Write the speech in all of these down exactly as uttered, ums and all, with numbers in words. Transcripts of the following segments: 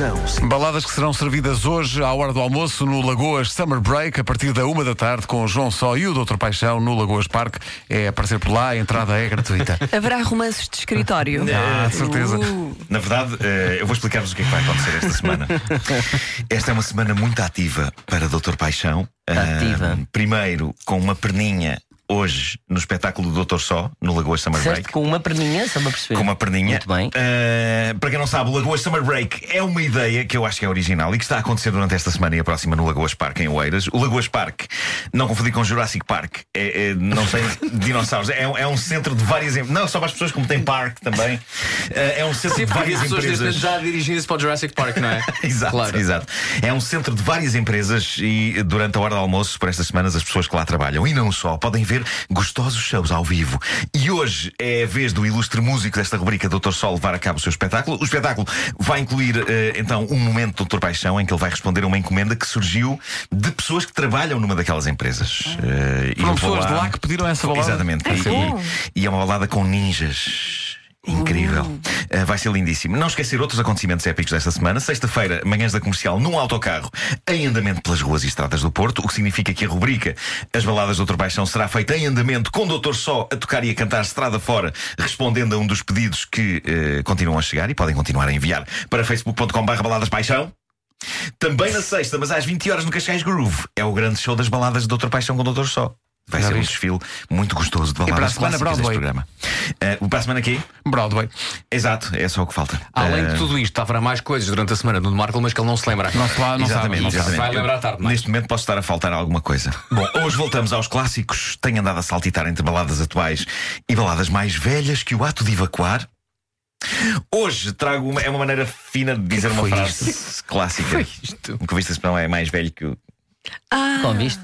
São Baladas que serão servidas hoje à hora do almoço no Lagoas Summer Break, a partir da uma da tarde, com o João Só e o doutor Paixão no Lagoas Park. É aparecer por lá, a entrada é gratuita. Haverá romances de escritório? Ah, de certeza. Uh. Na verdade, eh, eu vou explicar-vos o que é que vai acontecer esta semana. Esta é uma semana muito ativa para doutor Paixão. Ativa. Ah, primeiro, com uma perninha hoje no espetáculo do doutor Só, no Lagoas Summer Disseste Break. com uma perninha, só para perceber. Com uma perninha. Muito bem. Uh, para quem não sabe, o Lagoas Summer Break é uma ideia que eu acho que é original e que está a acontecer durante esta semana e a próxima no Lagoas Park, em Oeiras. O Lagoas Park, não confundir com Jurassic Park, é, é, não tem dinossauros, é, é um centro de várias empresas. Não só para as pessoas, como tem park também. Uh, é um centro Sim, de várias pessoas empresas. já dirigindo-se para o Jurassic Park, não é? Exato, Claro. exato. É um centro de várias empresas e durante a hora do almoço, por estas semanas, as pessoas que lá trabalham e não só podem ver gostosos shows ao vivo. E hoje é a vez do ilustre músico desta rubrica doutor Só levar a cabo o seu espetáculo. O espetáculo vai incluir eh, então um momento do doutor Paixão em que ele vai responder a uma encomenda que surgiu de pessoas que trabalham numa daquelas empresas. Eh, e Foram eu vou pessoas de lá que pediram essa balada? Exatamente. Ai, E- bom. e é uma balada com ninjas. Incrível. Uh, vai ser lindíssimo. Não esquecer outros acontecimentos épicos desta semana. Sexta-feira, manhãs da comercial num autocarro em andamento pelas ruas e estradas do Porto, o que significa que a rubrica As Baladas do doutor Paixão será feita em andamento, com o doutor Só a tocar e a cantar estrada fora, respondendo a um dos pedidos que uh, continuam a chegar e podem continuar a enviar para facebook ponto com barra baladas paixão. Também na sexta, mas às vinte horas no Cascais Groove, é o grande show das baladas do doutor Paixão com o doutor Só. Vai Já ser um viste? desfile muito gostoso de para a baladas semana, clássicas deste Broadway. programa. Uh, para a semana aqui? Broadway. Exato, é só o que falta. Além Uh, de tudo isto, haverá mais coisas durante a semana do Marco, mas que ele não se lembra. Não se lá, não Exatamente, sabe. exatamente. Vai lembrar tarde, não é? Neste momento posso estar a faltar alguma coisa. Bom, hoje voltamos aos clássicos. Tenho andado a saltitar entre baladas atuais e baladas mais velhas que o ato de evacuar. Hoje trago uma, é uma maneira fina de dizer uma foi frase clássica. Foi isto. O que viste, não é mais velho que o. Ah, Bom, Conviste?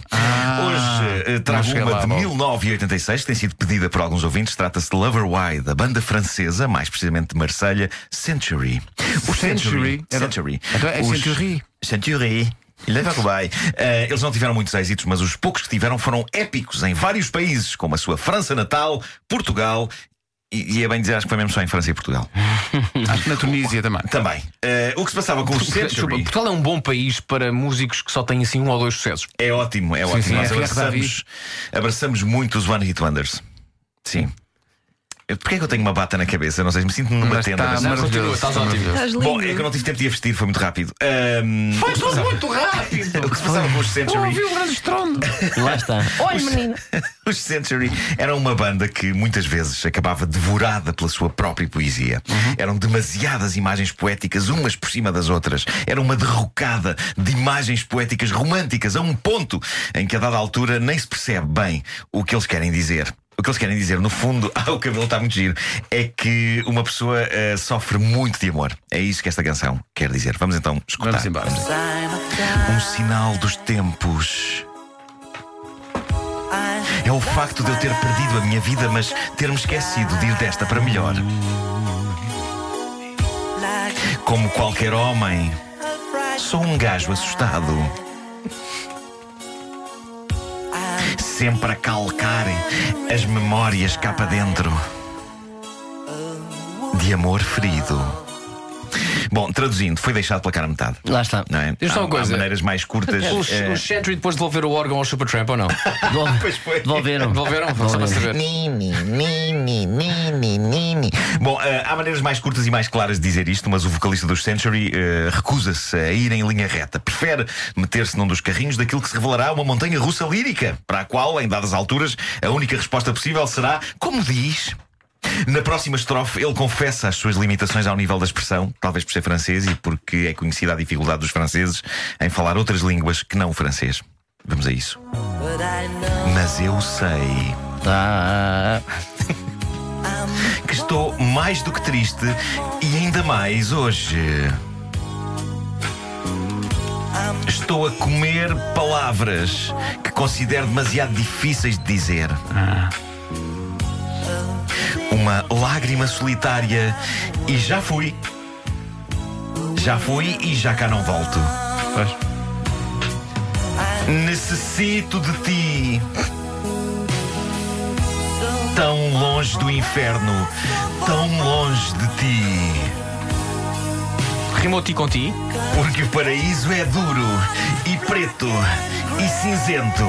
hoje eh, não trago cheguei uma lá, de bom. mil novecentos e oitenta e seis, que tem sido pedida por alguns ouvintes. Trata-se de Lover Why, da banda francesa, mais precisamente de Marselha, Century. O Century? Era- Century. Então é Os- Century. Century. Lover Why. Eh, eles não tiveram muitos êxitos, mas os poucos que tiveram foram épicos em vários países, como a sua França natal, Portugal. E, e é bem dizer, acho que foi mesmo só em França e Portugal. Acho que na Tunísia também. Também. Eh, o que se passava com os Desculpa, Century Portugal é um bom país para músicos que só têm assim um ou dois sucessos. é ótimo, é ótimo. sim, Nós é abraçamos, abraçamos muito os One Hit Wonders. Sim. Porquê é que eu tenho uma bata na cabeça? Não sei, me sinto numa Mas tenda. está mas- Não, maravilhoso. continua, estás está ótimo. maravilhoso. estás lindo. Bom, é que eu não tive tempo de a vestir, foi muito rápido. Ahm, Foi tudo muito rápido! o que se passava com os Century? Ouvi um grande estrondo. Lá está. Olha, menina. Os Century eram uma banda que muitas vezes acabava devorada pela sua própria poesia. Eram demasiadas imagens poéticas, umas por cima das outras. Era uma derrocada de imagens poéticas românticas, a um ponto em que a dada altura nem se percebe bem o que eles querem dizer. O que eles querem dizer, no fundo, ah, o cabelo está muito giro, é que uma pessoa eh, sofre muito de amor. É isso que esta canção quer dizer. Vamos então escutar. Vamos embora. Um sinal dos tempos. É o facto de eu ter perdido a minha vida, mas ter-me esquecido de ir desta para melhor. Como qualquer homem, sou um gajo assustado. Sempre a calcar as memórias cá para dentro de amor ferido. Bom, traduzindo, foi deixado pela cara a metade. Lá está. Não é? Diz só Há- uma coisa. Há maneiras mais curtas. Os, eh, os Century depois devolveram o órgão ao Supertramp ou não? Devol- Pois foi. Devolveram. Devolveram? Só para saber. Nini, nini, nini, nini. Bom, eh, há maneiras mais curtas e mais claras de dizer isto, mas o vocalista dos Century eh, recusa-se a ir em linha reta. Prefere meter-se num dos carrinhos daquilo que se revelará uma montanha russa lírica, para a qual, em dadas alturas, a única resposta possível será, como diz. Na próxima estrofe, ele confessa as suas limitações ao nível da expressão, talvez por ser francês e porque é conhecida a dificuldade dos franceses em falar outras línguas que não o francês. Vamos a isso. Mas eu sei Tá. que estou mais do que triste e ainda mais hoje. Estou a comer palavras que considero demasiado difíceis de dizer. Uma lágrima solitária e já fui. Já fui e já cá não volto. Pois. Necessito de ti. Tão longe do inferno, tão longe de ti. Rimou ti com ti. Porque o paraíso é duro e preto e cinzento.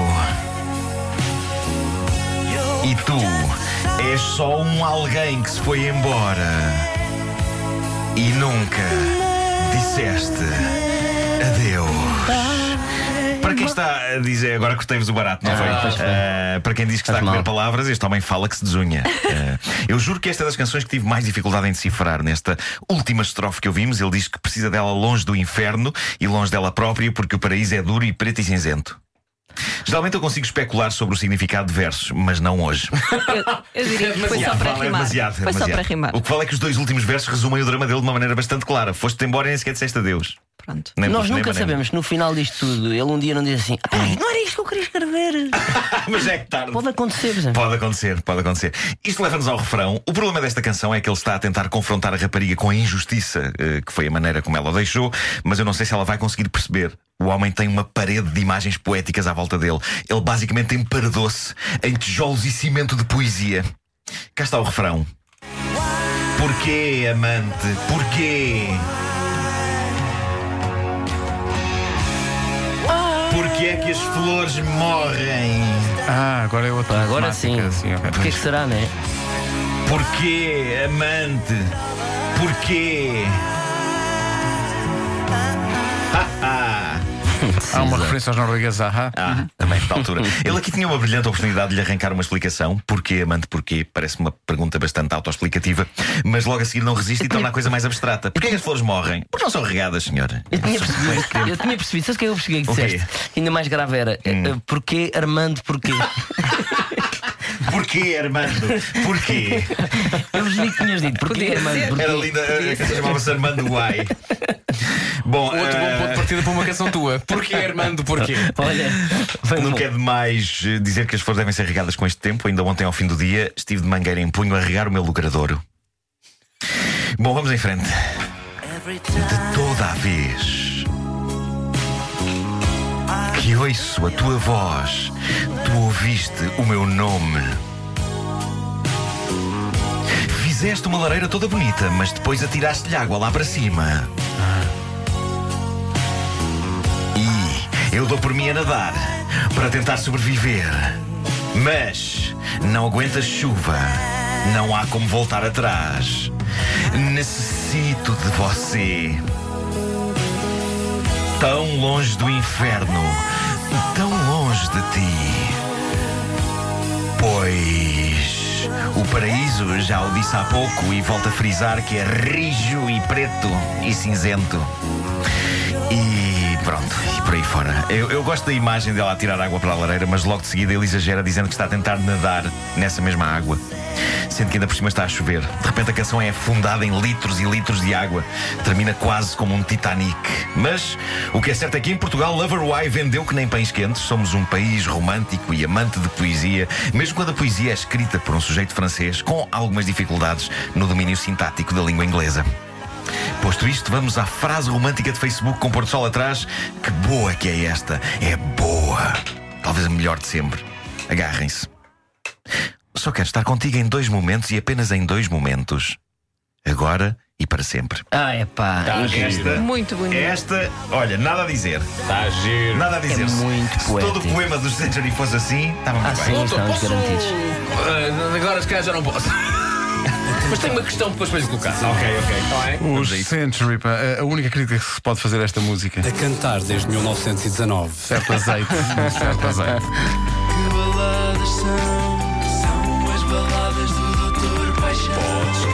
E tu és só um alguém que se foi embora e nunca disseste adeus. Para quem está a dizer, agora cortei-vos o barato, não foi? Ah, pois foi. Uh, para quem diz que está a Faz comer mal. palavras, este homem fala que se desunha. Uh, eu juro que esta é das canções que tive mais dificuldade em decifrar nesta última estrofe que ouvimos. Ele diz que precisa dela longe do inferno e longe dela própria, porque o paraíso é duro e preto e cinzento. Geralmente eu consigo especular sobre o significado de versos, mas não hoje. Eu, eu diria que foi só Demasiado, para vale, é rimar. demasiado, é Foi só demasiado. para rimar. O que vale é que os dois últimos versos resumem o drama dele de uma maneira bastante clara. Foste-te embora e nem sequer disseste adeus. Pronto. Nem Nós por- nem nunca maneira. sabemos, no final disto tudo, ele um dia não diz assim: ah, peraí, não era isto que eu queria escrever. Mas é que tarde. Pode acontecer, por exemplo. Pode acontecer, pode acontecer. Isto leva-nos ao refrão. O problema desta canção é que ele está a tentar confrontar a rapariga com a injustiça, eh, que foi a maneira como ela o deixou, mas eu não sei se ela vai conseguir perceber. O homem tem uma parede de imagens poéticas à volta dele. Ele basicamente emparedou-se em tijolos e cimento de poesia. Cá está o refrão. Porquê, amante? Porquê? Porquê é que as flores morrem? Ah, agora é outra. Pá, agora temática, sim. ok. Porquê que será, não é? Porquê, amante? Porquê? Há uma Exato. referência aos noruegueses, ahá. Ah, também da altura. Ele aqui tinha uma brilhante oportunidade de lhe arrancar uma explicação. Porquê, amante, porquê? Parece uma pergunta bastante autoexplicativa. Mas logo a seguir não resiste e torna a coisa mais abstrata. Porquê que as flores morrem? Porque não são regadas, senhora. Eu tinha percebido, eu tinha percebido, sabes o que eu percebi que O quê? disseste? Ainda mais grave era: eh, porquê, Armando, porquê? Porquê, Armando? Porquê? Eu percebi que tinhas dito: porquê, Podia Armando, ser. porquê? Era linda. A canção chamava-se Armando Uai. Bom, Outro bom eh, ponto de partida para uma canção tua. Porquê, Armando? Porquê? Olha, foi Não bom. quer demais eh, dizer que as flores devem ser regadas com este tempo. Ainda ontem, ao fim do dia, estive de mangueira em punho a regar o meu logradouro. Bom, vamos em frente. De toda a vez que ouço a tua voz, tu ouviste o meu nome. Fizeste uma lareira toda bonita, mas depois atiraste-lhe água lá para cima. E eu dou por mim a nadar para tentar sobreviver. Mas não aguentas chuva, não há como voltar atrás. Necessito de você. Tão longe do inferno, tão longe de ti. Pois o paraíso, já o disse há pouco e volto a frisar que é rijo e preto e cinzento. E pronto, e por aí fora. Eu, eu gosto da imagem dela a tirar água para a lareira, mas logo de seguida ele exagera dizendo que está a tentar nadar nessa mesma água, sendo que ainda por cima está a chover. De repente a canção é afundada em litros e litros de água. Termina quase como um Titanic. Mas o que é certo é que em Portugal Lover Why vendeu que nem pães quentes. Somos um país romântico e amante de poesia, mesmo quando a poesia é escrita por um sujeito francês com algumas dificuldades no domínio sintático da língua inglesa. Posto isto, vamos à frase romântica de Facebook com Porto Sol atrás. Que boa que é esta. É boa. Talvez a melhor de sempre. Agarrem-se. Só quero estar contigo em dois momentos e apenas em dois momentos. Agora e para sempre. Ah, é pá, Tá, incrível. Esta, Muito bonito. esta, olha, nada a dizer. Está a giro. Nada a dizer. É muito Se todo o poético. poema dos Century fosse assim, estava Ah, muito sim. bem. Estamos Posso- garantidos. Ah, agora se calhar já não posso. Mas tenho uma questão depois para lhe colocar. Ok, ok. Está bem? Os Vamos a isso. Century, pá, a- a única crítica que se pode fazer a esta música. A cantar desde mil novecentos e dezanove. Certo azeite. certo azeite. Que baladas são? São as baladas do doutor Paixão.